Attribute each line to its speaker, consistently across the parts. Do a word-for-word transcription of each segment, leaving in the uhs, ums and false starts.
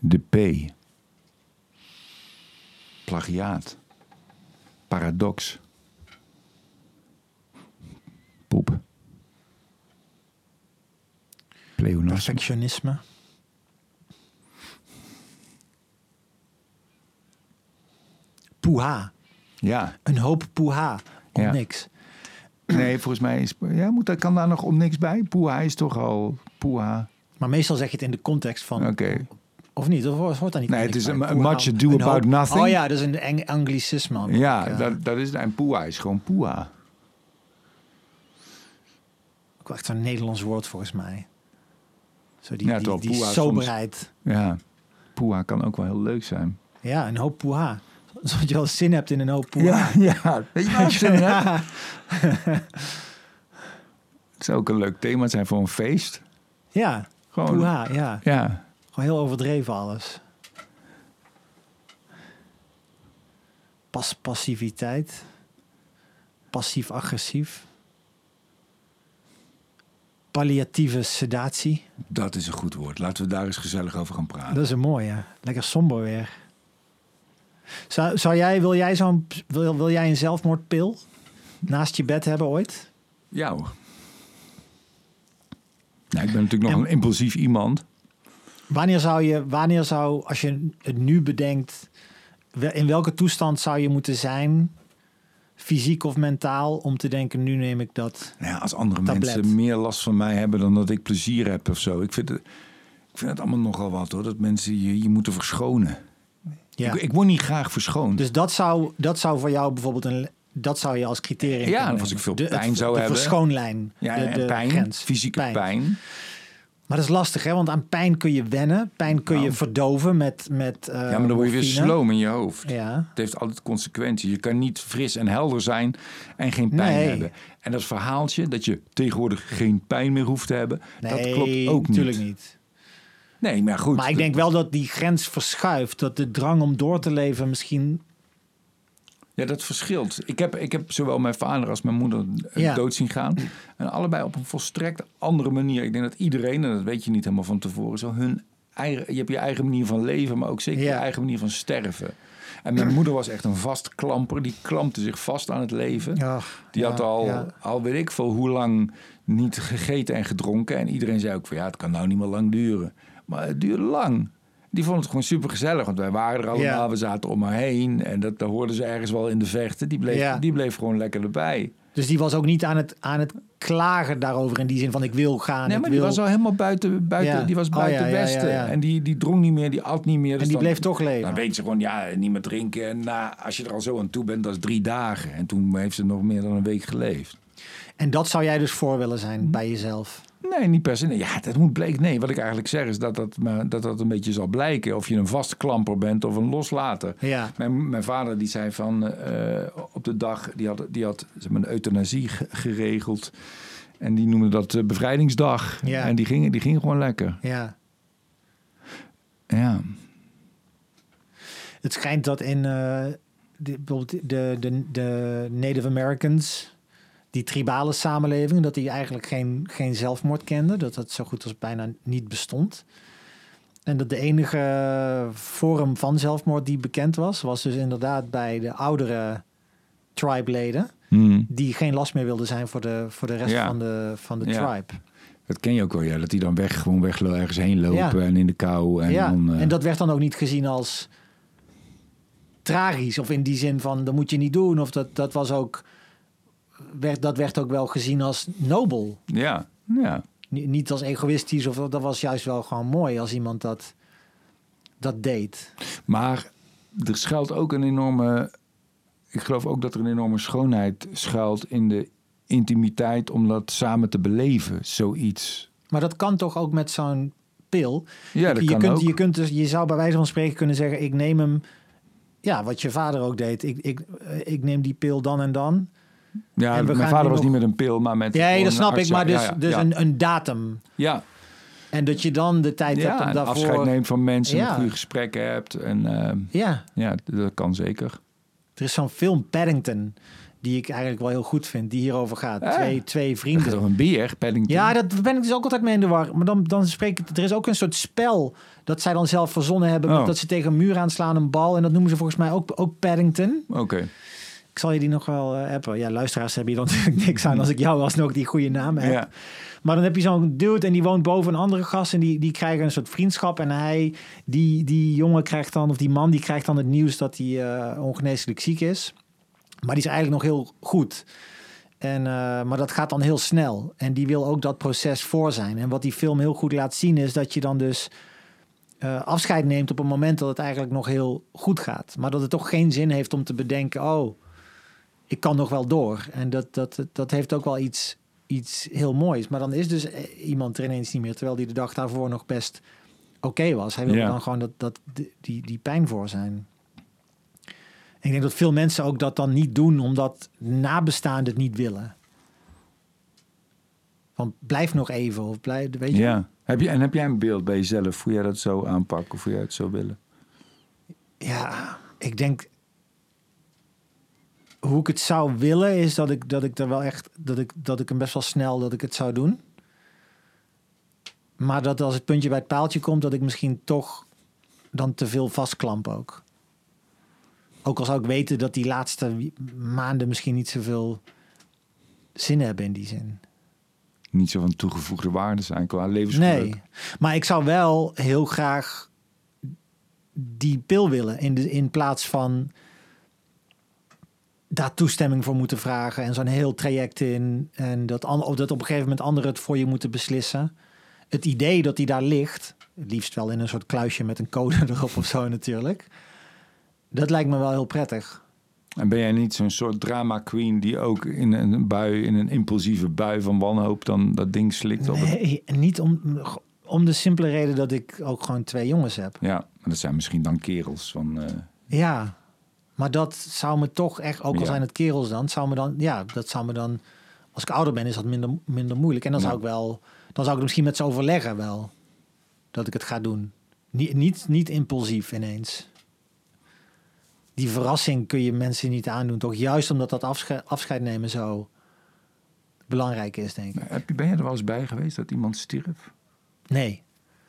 Speaker 1: De P. Plagiaat. Paradox. Poep. Pleonasme.
Speaker 2: Perfectionisme. Poeha.
Speaker 1: Ja.
Speaker 2: Een hoop poeha. Om
Speaker 1: Ja.
Speaker 2: niks.
Speaker 1: Nee, volgens mij is... Ja, moet, dat- kan daar nog om niks bij? Poeha is toch al... Poeha.
Speaker 2: Maar meestal zeg je het in de context van...
Speaker 1: Oké.
Speaker 2: Of niet? Of hoort hoort daar niet
Speaker 1: Nee,
Speaker 2: om
Speaker 1: het
Speaker 2: niks
Speaker 1: is
Speaker 2: bij?
Speaker 1: a
Speaker 2: Poeha.
Speaker 1: much ado
Speaker 2: Een
Speaker 1: about
Speaker 2: hoop-
Speaker 1: nothing.
Speaker 2: Oh ja, dat is een Eng- anglicisme.
Speaker 1: Ja,
Speaker 2: Ook, uh,
Speaker 1: dat, dat is het. En poeha is gewoon poeha.
Speaker 2: ook wel echt zo'n Nederlands woord volgens mij. Zo die,
Speaker 1: Ja,
Speaker 2: die,
Speaker 1: terwijl
Speaker 2: die
Speaker 1: poeha
Speaker 2: soberheid.
Speaker 1: Ja, poeha kan ook wel heel leuk zijn.
Speaker 2: Ja, een hoop poeha. Zodat je wel zin hebt in een hoop poeha.
Speaker 1: Ja, ja. Weet je wat? Zin, hè?
Speaker 2: Ja.
Speaker 1: Het zou ook een leuk thema zijn voor een feest.
Speaker 2: Ja,
Speaker 1: Gewoon,
Speaker 2: poeha, ja.
Speaker 1: ja.
Speaker 2: Gewoon heel overdreven alles. Pas, passiviteit. Passief-agressief. Palliatieve sedatie.
Speaker 1: Dat is een goed woord. Laten we daar eens gezellig over gaan praten.
Speaker 2: Dat is een mooie. Lekker somber weer. Zou, zou jij, wil jij zo'n, wil, wil jij een zelfmoordpil naast je bed hebben ooit?
Speaker 1: Ja hoor. Nou, ik ben natuurlijk nog
Speaker 2: En-
Speaker 1: een impulsief iemand.
Speaker 2: Wanneer zou je, wanneer zou, als je het nu bedenkt, wel- in welke toestand zou je moeten zijn, fysiek of mentaal, om te denken, nu neem ik dat.
Speaker 1: Nou ja, als andere
Speaker 2: Tablet.
Speaker 1: mensen meer last van mij hebben dan dat ik plezier heb of zo. Ik vind het, ik vind het allemaal nogal wat hoor. Dat mensen je, je moeten verschonen.
Speaker 2: Ja.
Speaker 1: Ik, ik word niet graag verschoond.
Speaker 2: Dus dat zou, dat zou voor jou bijvoorbeeld een, dat zou je als criterium.
Speaker 1: Ja,
Speaker 2: kunnen
Speaker 1: en als ik veel
Speaker 2: nemen.
Speaker 1: pijn
Speaker 2: het-
Speaker 1: zou
Speaker 2: de
Speaker 1: hebben.
Speaker 2: verschoonlijn.
Speaker 1: ja,
Speaker 2: de,
Speaker 1: en
Speaker 2: de
Speaker 1: pijn,
Speaker 2: grens.
Speaker 1: fysieke pijn.
Speaker 2: Maar dat is lastig, hè? Want aan pijn kun je wennen. Pijn kun
Speaker 1: Nou.
Speaker 2: je verdoven met, met uh,
Speaker 1: Ja, maar dan word je weer
Speaker 2: morfine.
Speaker 1: sloom in je hoofd.
Speaker 2: Ja.
Speaker 1: Het heeft altijd consequenties. Je kan niet fris en helder zijn en geen pijn
Speaker 2: Nee.
Speaker 1: hebben. En dat verhaaltje dat je tegenwoordig geen pijn meer hoeft te hebben,
Speaker 2: Nee,
Speaker 1: dat klopt ook niet.
Speaker 2: natuurlijk niet.
Speaker 1: Nee, maar goed.
Speaker 2: Maar ik denk wel dat die grens verschuift. Dat de drang om door te leven misschien...
Speaker 1: Ja, dat verschilt. Ik heb, ik heb zowel mijn vader als mijn moeder eh,
Speaker 2: Ja.
Speaker 1: dood zien gaan. En allebei op een volstrekt andere manier. Ik denk dat iedereen, en dat weet je niet helemaal van tevoren, zo hun eigen, je hebt je eigen manier van leven, maar ook zeker
Speaker 2: Ja.
Speaker 1: je eigen manier van sterven. En mijn moeder was echt een vastklamper. Die klampte zich vast aan het leven.
Speaker 2: Ach,
Speaker 1: Die
Speaker 2: ja,
Speaker 1: had al,
Speaker 2: ja.
Speaker 1: al weet ik veel hoe lang niet gegeten en gedronken. En iedereen zei ook van ja, het kan nou niet meer lang duren. Maar het duurde lang. Die vond het gewoon super gezellig, want wij waren er allemaal,
Speaker 2: Ja.
Speaker 1: we zaten om haar heen. En dat, daar hoorden ze ergens wel in de vechten. Die bleef,
Speaker 2: Ja.
Speaker 1: die bleef gewoon lekker erbij.
Speaker 2: Dus die was ook niet aan het, aan het klagen daarover in die zin van ik wil gaan.
Speaker 1: Nee,
Speaker 2: ik
Speaker 1: maar
Speaker 2: wil...
Speaker 1: die was al helemaal buiten, buiten,
Speaker 2: Ja.
Speaker 1: die was
Speaker 2: Oh,
Speaker 1: buiten
Speaker 2: ja, ja,
Speaker 1: Westen.
Speaker 2: ja, ja.
Speaker 1: En die, die dronk niet meer, die at niet meer. Dus
Speaker 2: En die
Speaker 1: dan,
Speaker 2: bleef toch leven.
Speaker 1: Dan weet ze gewoon, ja, niet meer drinken. En na, als je er al zo aan toe bent, dat is drie dagen. En toen heeft ze nog meer dan een week geleefd.
Speaker 2: En dat zou jij dus voor willen zijn bij jezelf.
Speaker 1: Nee, niet per se. Nee, ja, dat moet blijken. Nee, wat ik eigenlijk zeg is dat dat, maar dat dat een beetje zal blijken. Of je een vastklamper bent of een loslater.
Speaker 2: Ja.
Speaker 1: Mijn, mijn vader die zei van uh, op de dag, die had, die had zeg maar, een euthanasie g- geregeld. En die noemde dat uh, bevrijdingsdag.
Speaker 2: Ja.
Speaker 1: En die ging, die ging gewoon lekker.
Speaker 2: Ja.
Speaker 1: Ja.
Speaker 2: Het schijnt dat in uh, de, bijvoorbeeld de, de, de Native Americans, die tribale samenleving, dat die eigenlijk geen, geen zelfmoord kenden. Dat dat zo goed als bijna niet bestond. En dat de enige vorm van zelfmoord die bekend was, was dus inderdaad bij de oudere tribe-leden,
Speaker 1: Hmm.
Speaker 2: die geen last meer wilden zijn voor de, voor de rest
Speaker 1: Ja.
Speaker 2: van de, van de
Speaker 1: Ja.
Speaker 2: tribe.
Speaker 1: Dat ken je ook wel, ja. Dat die dan weg, gewoon weg ergens heen lopen
Speaker 2: Ja.
Speaker 1: en in de kou. En,
Speaker 2: ja,
Speaker 1: dan, uh...
Speaker 2: en dat werd dan ook niet gezien als tragisch. Of in die zin van, dat moet je niet doen. Of dat, dat was ook, werd, dat werd ook wel gezien als nobel.
Speaker 1: Ja, ja.
Speaker 2: Ni- niet als egoïstisch. Of dat was juist wel gewoon mooi als iemand dat, dat deed.
Speaker 1: Maar er schuilt ook een enorme... Ik geloof ook dat er een enorme schoonheid schuilt in de intimiteit om dat samen te beleven, zoiets.
Speaker 2: Maar dat kan toch ook met zo'n pil?
Speaker 1: Ja, dat
Speaker 2: je,
Speaker 1: kan
Speaker 2: kunt,
Speaker 1: ook.
Speaker 2: je, kunt dus, je zou bij wijze van spreken kunnen zeggen, ik neem hem... Ja, wat je vader ook deed. Ik, ik, eh, ik neem die pil dan en dan.
Speaker 1: Ja,
Speaker 2: en we
Speaker 1: mijn
Speaker 2: gaan
Speaker 1: vader
Speaker 2: nu
Speaker 1: was
Speaker 2: nog-
Speaker 1: niet met een pil, maar met...
Speaker 2: Ja,
Speaker 1: gewoon
Speaker 2: dat
Speaker 1: een
Speaker 2: snap ik.
Speaker 1: arts.
Speaker 2: Maar dus,
Speaker 1: Ja, ja,
Speaker 2: dus
Speaker 1: ja.
Speaker 2: Een, een datum.
Speaker 1: Ja,
Speaker 2: En dat je dan de tijd hebt
Speaker 1: ja
Speaker 2: om
Speaker 1: en
Speaker 2: daarvoor...
Speaker 1: afscheid neemt van mensen,
Speaker 2: Ja.
Speaker 1: en goede gesprekken hebt. En uh,
Speaker 2: Ja,
Speaker 1: ja, dat kan zeker.
Speaker 2: er is zo'n film, Paddington. die ik eigenlijk wel heel goed vind, die hierover gaat.
Speaker 1: Ah,
Speaker 2: twee, twee vrienden.
Speaker 1: Dat is toch een beer, Paddington?
Speaker 2: Ja, dat ben ik dus ook altijd mee in de war. Maar dan, dan spreek ik... Er is ook een soort spel dat zij dan zelf verzonnen hebben.
Speaker 1: Oh.
Speaker 2: Dat ze tegen een muur aanslaan, een bal. En dat noemen ze volgens mij ook, ook Paddington.
Speaker 1: Oké. Okay.
Speaker 2: Ik zal je die nog wel uh, appen. Ja, luisteraars hebben hier dan natuurlijk niks aan als ik jou alsnog die goede naam heb. Ja. Maar dan heb je zo'n dude en die woont boven een andere gast en die, die krijgen een soort vriendschap. En hij, die, die jongen krijgt dan, of die man, die krijgt dan het nieuws dat hij uh, ongeneeslijk ziek is. Maar die is eigenlijk nog heel goed. En, uh, maar dat gaat dan heel snel. En die wil ook dat proces voor zijn. En wat die film heel goed laat zien is dat je dan dus uh, afscheid neemt op een moment dat het eigenlijk nog heel goed gaat. Maar dat het toch geen zin heeft om te bedenken, oh, ik kan nog wel door. En dat, dat, dat heeft ook wel iets, iets heel moois. Maar dan is dus iemand er ineens niet meer, terwijl die de dag daarvoor nog best oké okay was. Hij wil ja. dan gewoon dat, dat, die, die pijn voor zijn. En ik denk dat veel mensen ook dat dan niet doen, omdat nabestaanden het niet willen. Van blijf nog even, of blijf, weet je.
Speaker 1: Ja. Heb je, en heb jij een beeld bij jezelf, hoe jij dat zo aanpakt, of hoe jij het zo willen?
Speaker 2: Ja, ik denk, hoe ik het zou willen, is dat ik, dat ik er wel echt, dat ik, dat ik hem best wel snel, dat ik het zou doen. Maar dat als het puntje bij het paaltje komt, dat ik misschien toch dan te veel vastklamp ook. Ook al zou ik weten dat die laatste maanden misschien niet zoveel zin hebben in die zin.
Speaker 1: Niet zo van toegevoegde waarde zijn qua levensgeluk.
Speaker 2: Nee, maar ik zou wel heel graag die pil willen. In, de, in plaats van daar toestemming voor moeten vragen. En zo'n heel traject in. En dat, of dat op een gegeven moment anderen het voor je moeten beslissen. Het idee dat die daar ligt. Het liefst wel in een soort kluisje met een code erop of zo natuurlijk. Dat lijkt me wel heel prettig.
Speaker 1: En ben jij niet zo'n soort drama queen die ook in een bui, in een impulsieve bui van wanhoop dan dat ding slikt? Op
Speaker 2: nee, het... niet om, om de simpele reden dat ik ook gewoon twee jongens heb.
Speaker 1: Ja, maar dat zijn misschien dan kerels van... Uh...
Speaker 2: Ja, maar dat zou me toch echt, ook al ja. zijn het kerels dan, zou me dan, ja, dat zou me dan, als ik ouder ben, is dat minder, minder moeilijk. En dan nou. zou ik wel, dan zou ik er misschien met ze overleggen wel, dat ik het ga doen. Niet, niet, niet impulsief ineens. Die verrassing kun je mensen niet aandoen. Toch juist omdat dat afscheid, afscheid nemen zo belangrijk is, denk ik.
Speaker 1: Heb je, ben je er wel eens bij geweest dat iemand stierf?
Speaker 2: Nee.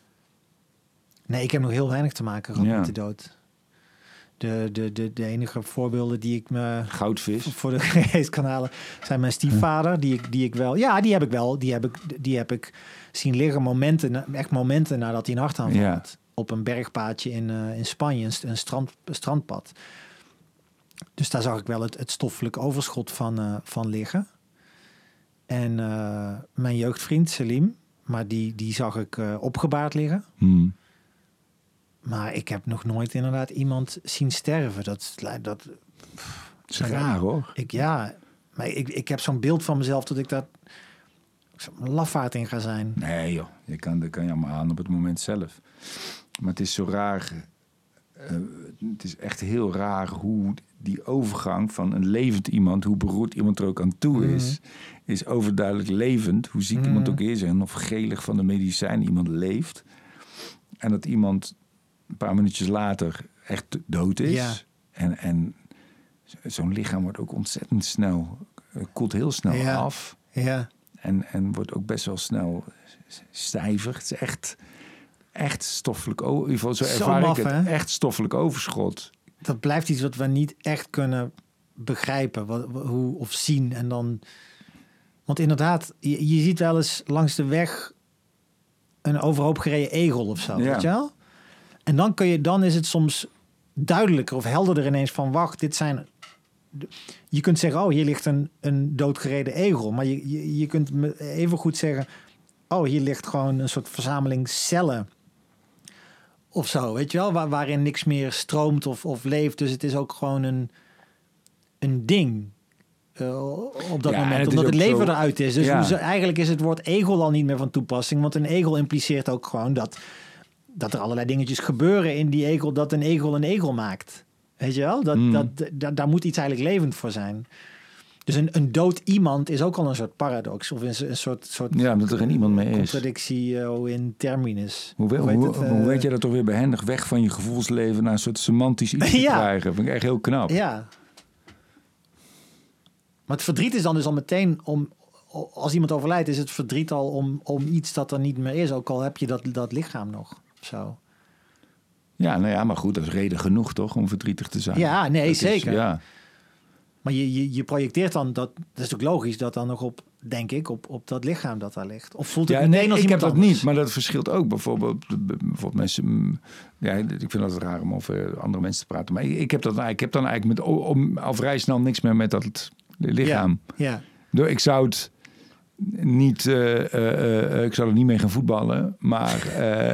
Speaker 2: Nee, ik heb nog heel weinig te maken gehad ja. met de dood. De, de, de, de enige voorbeelden die ik me...
Speaker 1: Goudvis.
Speaker 2: Voor de geest kan halen zijn mijn stiefvader. Die ik, die ik wel... Ja, die heb ik wel. Die heb ik, die heb ik zien liggen momenten, echt momenten nadat hij een hartaanval ja. had. Op een bergpaadje in, uh, in Spanje, een, een, strand, een strandpad. Dus daar zag ik wel het, het stoffelijk overschot van, uh, van liggen. En uh, mijn jeugdvriend Selim, maar die, die zag ik uh, opgebaard liggen.
Speaker 1: Hmm.
Speaker 2: Maar ik heb nog nooit inderdaad iemand zien sterven. Dat, dat, dat
Speaker 1: is raar hoor.
Speaker 2: Ik, ja, maar ik, ik heb zo'n beeld van mezelf dat ik daar een lafaard in ga zijn.
Speaker 1: Nee joh, je kan, dat kan je allemaal aan op het moment zelf. Maar het is zo raar. Uh, het is echt heel raar hoe die overgang van een levend iemand, hoe beroerd iemand er ook aan toe is, mm. is overduidelijk levend. Hoe ziek mm. iemand ook is en of gelig van de medicijn iemand leeft. En dat iemand een paar minuutjes later echt dood is. Ja. En, en zo'n lichaam wordt ook ontzettend snel, koelt heel snel
Speaker 2: ja.
Speaker 1: af.
Speaker 2: Ja.
Speaker 1: En, en wordt ook best wel snel stijver. Het is echt... Echt stoffelijk, in ieder geval zo ervaar zo maf, ik het, hè? Echt stoffelijk overschot.
Speaker 2: Dat blijft iets wat we niet echt kunnen begrijpen, wat, hoe, of zien. En dan, want inderdaad, je, je ziet wel eens langs de weg een overhoop gereden egel of zo, ja. weet je wel? En dan, kun je, dan is het soms duidelijker of helderder ineens van, wacht, dit zijn... Je kunt zeggen, oh, hier ligt een, een doodgereden egel. Maar je, je, je kunt even goed zeggen, oh, hier ligt gewoon een soort verzameling cellen of zo, weet je wel, waar, waarin niks meer stroomt of, of leeft. Dus het is ook gewoon een, een ding uh, op dat ja, moment, het omdat het leven zo... eruit is. Dus ja. hoe, eigenlijk is het woord egel al niet meer van toepassing, want een egel impliceert ook gewoon dat, dat er allerlei dingetjes gebeuren in die egel, dat een egel een egel maakt. Weet je wel? Dat, mm. dat, dat, daar moet iets eigenlijk levend voor zijn. Dus een, een dood iemand is ook al een soort paradox. Of een, een soort, soort...
Speaker 1: Ja, omdat er geen iemand mee is.
Speaker 2: Contradictie uh, in terminus.
Speaker 1: Hoe, hoe, hoe, het, uh... hoe weet je dat toch weer behendig weg van je gevoelsleven naar een soort semantisch iets te ja. krijgen? Vind ik echt heel knap.
Speaker 2: Ja. Maar het verdriet is dan dus al meteen om... Als iemand overlijdt, is het verdriet al om, om iets dat er niet meer is. Ook al heb je dat, dat lichaam nog. Zo.
Speaker 1: Ja, nou ja, maar goed, dat is reden genoeg toch om verdrietig te zijn.
Speaker 2: Ja, nee,
Speaker 1: dat
Speaker 2: zeker.
Speaker 1: Is, ja.
Speaker 2: Maar je, je, je projecteert dan, dat, dat is ook logisch, dat dan nog op, denk ik, op, op dat lichaam dat daar ligt. Of voelt het
Speaker 1: ja,
Speaker 2: meteen
Speaker 1: nee,
Speaker 2: als
Speaker 1: ik heb
Speaker 2: iemand
Speaker 1: dat
Speaker 2: anders?
Speaker 1: niet, maar dat verschilt ook. Bijvoorbeeld, bijvoorbeeld mensen, ja, ik vind het raar om over andere mensen te praten. Maar ik, ik heb dat, ik heb dan eigenlijk met om, al vrij snel niks meer met dat lichaam.
Speaker 2: Ja, ja.
Speaker 1: Ik zou het niet, uh, uh, uh, ik zou er niet mee gaan voetballen, maar. Uh,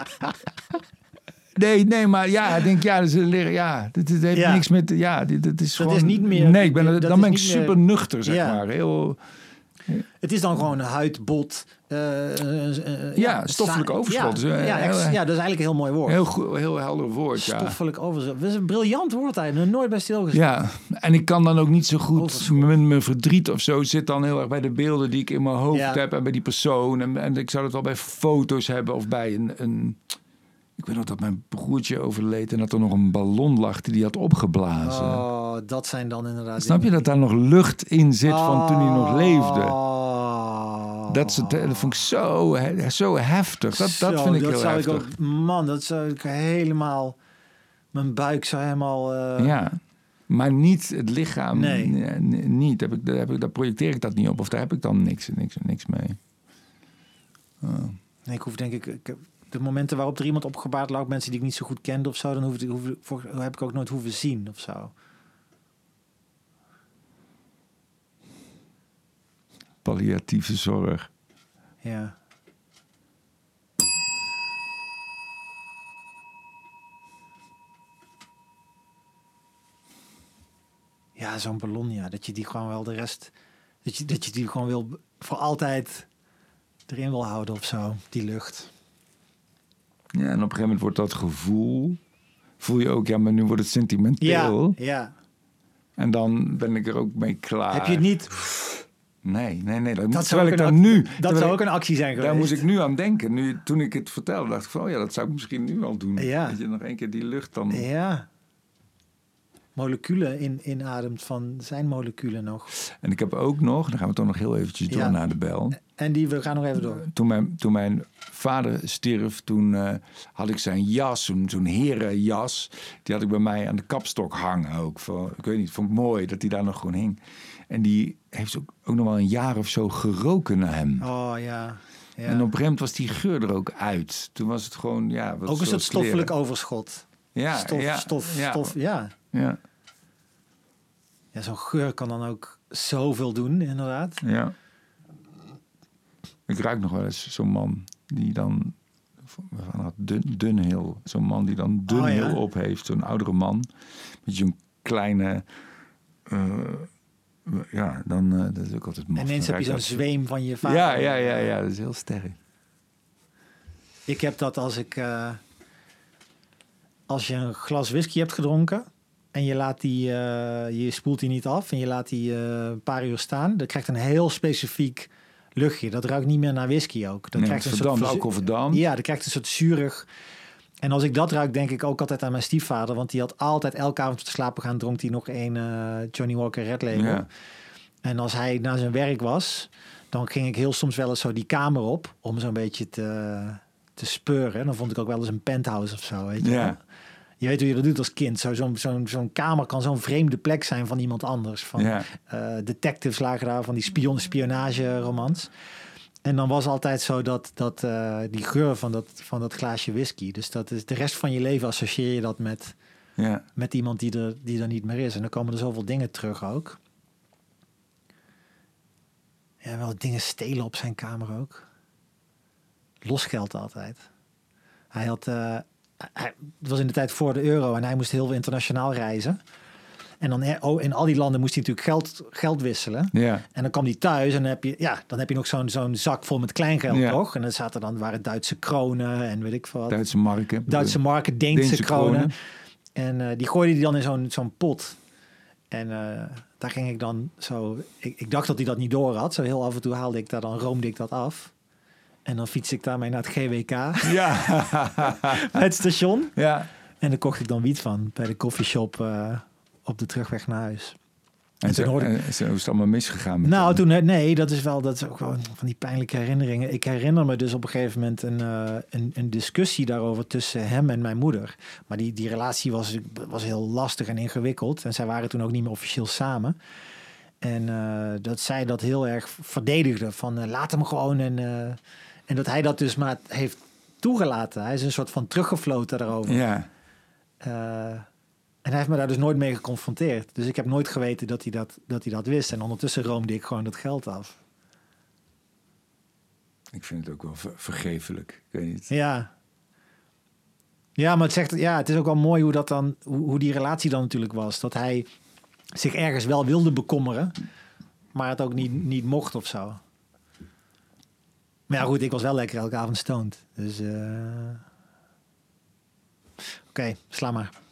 Speaker 1: Nee, nee, maar ja, ik denk, ja, dat is, ja, dit, dit heeft
Speaker 2: ja.
Speaker 1: niks met, ja, dit, dit is
Speaker 2: dat
Speaker 1: gewoon...
Speaker 2: is niet meer...
Speaker 1: Nee, ik ben,
Speaker 2: dat
Speaker 1: dan ben ik
Speaker 2: meer,
Speaker 1: super nuchter, zeg
Speaker 2: ja.
Speaker 1: maar. Heel...
Speaker 2: Het is dan gewoon huid, bot... Uh, uh, uh,
Speaker 1: ja, ja, stoffelijk sa- overschot.
Speaker 2: Ja,
Speaker 1: dus,
Speaker 2: ja,
Speaker 1: heel,
Speaker 2: ex, ja, dat is eigenlijk een heel mooi woord.
Speaker 1: Heel, goed, heel helder woord, ja.
Speaker 2: Stoffelijk overschot. Dat is een briljant woord eigenlijk. Nooit bij stilgestaan.
Speaker 1: Ja, en ik kan dan ook niet zo goed... Met mijn verdriet of zo zit dan heel erg bij de beelden die ik in mijn hoofd ja. heb... en bij die persoon. En, en ik zou het wel bij foto's hebben of bij een... een Ik weet nog dat mijn broertje overleed en dat er nog een ballon lag die hij had opgeblazen.
Speaker 2: Oh, dat zijn dan inderdaad...
Speaker 1: Snap je dat daar nog lucht in zit oh, van toen hij nog leefde?
Speaker 2: Oh,
Speaker 1: dat, dat vond ik zo, zo heftig. Dat,
Speaker 2: zo,
Speaker 1: dat vind ik
Speaker 2: dat
Speaker 1: heel
Speaker 2: zou
Speaker 1: heftig.
Speaker 2: Ik ook, man, dat zou ik helemaal... Mijn buik zou helemaal... Uh...
Speaker 1: Ja, maar niet het lichaam.
Speaker 2: Nee.
Speaker 1: N- niet. Heb ik, daar, heb ik, daar projecteer ik dat niet op. Of daar heb ik dan niks, niks, niks mee. Oh.
Speaker 2: Nee, ik hoef denk ik... ik de momenten waarop er iemand opgebaard lag, mensen die ik niet zo goed kende of zo, dan hoef ik, hoef, voor, heb ik ook nooit hoeven zien of zo.
Speaker 1: Palliatieve zorg.
Speaker 2: Ja. Ja, zo'n ballon, ja. Dat je die gewoon wel de rest... Dat je, dat je die gewoon wil voor altijd erin wil houden of zo, die lucht.
Speaker 1: Ja, en op een gegeven moment wordt dat gevoel... Voel je ook, ja, maar nu wordt het sentimenteel.
Speaker 2: Ja, ja.
Speaker 1: En dan ben ik er ook mee klaar.
Speaker 2: Heb je het niet...
Speaker 1: Nee, nee, nee. Dat,
Speaker 2: dat
Speaker 1: terwijl ik dan
Speaker 2: ac-
Speaker 1: nu...
Speaker 2: Dat zou ook een actie zijn geweest.
Speaker 1: Daar moest ik nu aan denken. Nu, toen ik het vertelde, dacht ik van... Oh ja, dat zou ik misschien nu al doen.
Speaker 2: Ja.
Speaker 1: Dat je nog één keer die lucht dan...
Speaker 2: Ja. Moleculen in, inademt van zijn moleculen nog.
Speaker 1: En ik heb ook nog... Dan gaan we toch nog heel eventjes door
Speaker 2: ja.
Speaker 1: naar de bel.
Speaker 2: En die, we gaan nog even door.
Speaker 1: Toen mijn, toen mijn vader stierf, toen uh, had ik zijn jas, zo'n, zo'n herenjas. Die had ik bij mij aan de kapstok hangen ook. Voor, ik weet niet, vond ik mooi dat die daar nog gewoon hing. En die heeft ook, ook nog wel een jaar of zo geroken naar hem.
Speaker 2: Oh ja. ja.
Speaker 1: En op een gegeven moment was die geur er ook uit. Toen was het gewoon, ja... Wat
Speaker 2: ook een soort stoffelijk
Speaker 1: kleren.
Speaker 2: overschot.
Speaker 1: Ja,
Speaker 2: stof,
Speaker 1: ja,
Speaker 2: stof,
Speaker 1: ja.
Speaker 2: stof, ja.
Speaker 1: Ja.
Speaker 2: Ja, zo'n geur kan dan ook zoveel doen, inderdaad.
Speaker 1: Ja. Ik ruik nog wel eens zo'n man die dan... Van dun, Dunhill. Zo'n man die dan Dunhill oh, ja. op heeft. Zo'n oudere man. Met zo'n kleine... Uh, ja, dan... Uh, dat is ook altijd mooi.
Speaker 2: En ineens heb je zo'n
Speaker 1: dat...
Speaker 2: zweem van je vader.
Speaker 1: Ja, ja, ja, ja. Dat is heel sterk.
Speaker 2: Ik heb dat als ik... Uh, als je een glas whisky hebt gedronken... en je laat die... Uh, je spoelt die niet af... en je laat die uh, een paar uur staan... dan krijgt een heel specifiek luchtje. Dat ruikt niet meer naar whisky ook. Dat
Speaker 1: nee,
Speaker 2: krijgt een
Speaker 1: verdampt,
Speaker 2: soort...
Speaker 1: alcohol verdampt.
Speaker 2: Ja, dat krijgt een soort zuurig... En als ik dat ruik, denk ik ook altijd aan mijn stiefvader. Want die had altijd elke avond te slapen gaan... dronk hij nog een uh, Johnny Walker Red Label. Ja. En als hij naar zijn werk was... dan ging ik heel soms wel eens zo die kamer op... om zo'n beetje te, te speuren. Dan vond ik ook wel eens een penthouse of zo. Weet je,
Speaker 1: ja.
Speaker 2: je weet hoe je dat doet als kind. Zo, zo'n, zo'n, zo'n kamer kan zo'n vreemde plek zijn van iemand anders. Van,
Speaker 1: ja.
Speaker 2: uh, detectives lagen daar van die spion, spionageromans. En dan was altijd zo dat, dat uh, die geur van dat, van dat glaasje whisky. Dus dat is de rest van je leven associeer je dat met,
Speaker 1: ja.
Speaker 2: met iemand die er, die er niet meer is. En dan komen er zoveel dingen terug ook. Ja, wel dingen stelen op zijn kamer ook. Losgeld altijd. Hij had... Uh, hij, het was in de tijd voor de euro en hij moest heel veel internationaal reizen. En dan oh, in al die landen moest hij natuurlijk geld, geld wisselen.
Speaker 1: Ja.
Speaker 2: En dan kwam hij thuis en dan heb je, ja, dan heb je nog zo'n, zo'n zak vol met kleingeld, ja. toch? En dan zaten dan waren Duitse kronen en weet ik wat.
Speaker 1: Duitse marken.
Speaker 2: Duitse marken, Deense, Deense kronen. kronen. En uh, die gooide hij dan in zo'n, zo'n pot. En uh, daar ging ik dan zo... Ik, ik dacht dat hij dat niet door had. Zo heel af en toe haalde ik daar dan, roomde ik dat af. En dan fiets ik daarmee naar het G W K.
Speaker 1: Ja.
Speaker 2: Het station.
Speaker 1: Ja.
Speaker 2: En dan kocht ik dan wiet van bij de koffieshop uh, op de terugweg naar huis.
Speaker 1: En,
Speaker 2: En
Speaker 1: zo,
Speaker 2: toen hoorde ik-
Speaker 1: en zo is het allemaal misgegaan. Met
Speaker 2: Nou,
Speaker 1: hem.
Speaker 2: toen, nee, dat is wel dat is ook gewoon van die pijnlijke herinneringen. Ik herinner me dus op een gegeven moment een, eh, een, een discussie daarover tussen hem en mijn moeder. Maar die, die relatie was, was heel lastig en ingewikkeld. En zij waren toen ook niet meer officieel samen. En uh, dat zij dat heel erg verdedigde. Van uh, laat hem gewoon. En, uh, en dat hij dat dus maar heeft toegelaten. Hij is een soort van teruggefloten daarover.
Speaker 1: Ja.
Speaker 2: Uh, en hij heeft me daar dus nooit mee geconfronteerd. Dus ik heb nooit geweten dat hij dat, dat, hij dat wist. En ondertussen roomde ik gewoon dat geld af.
Speaker 1: Ik vind het ook wel ver- vergeeflijk. Ik weet niet.
Speaker 2: Ja. Ja, maar het, zegt, ja, het is ook wel mooi hoe, dat dan, hoe, hoe die relatie dan natuurlijk was. Dat hij zich ergens wel wilde bekommeren, maar het ook niet, niet mocht of zo. Maar ja, goed, ik was wel lekker elke avond stoned. Dus uh... oké, okay, sla maar.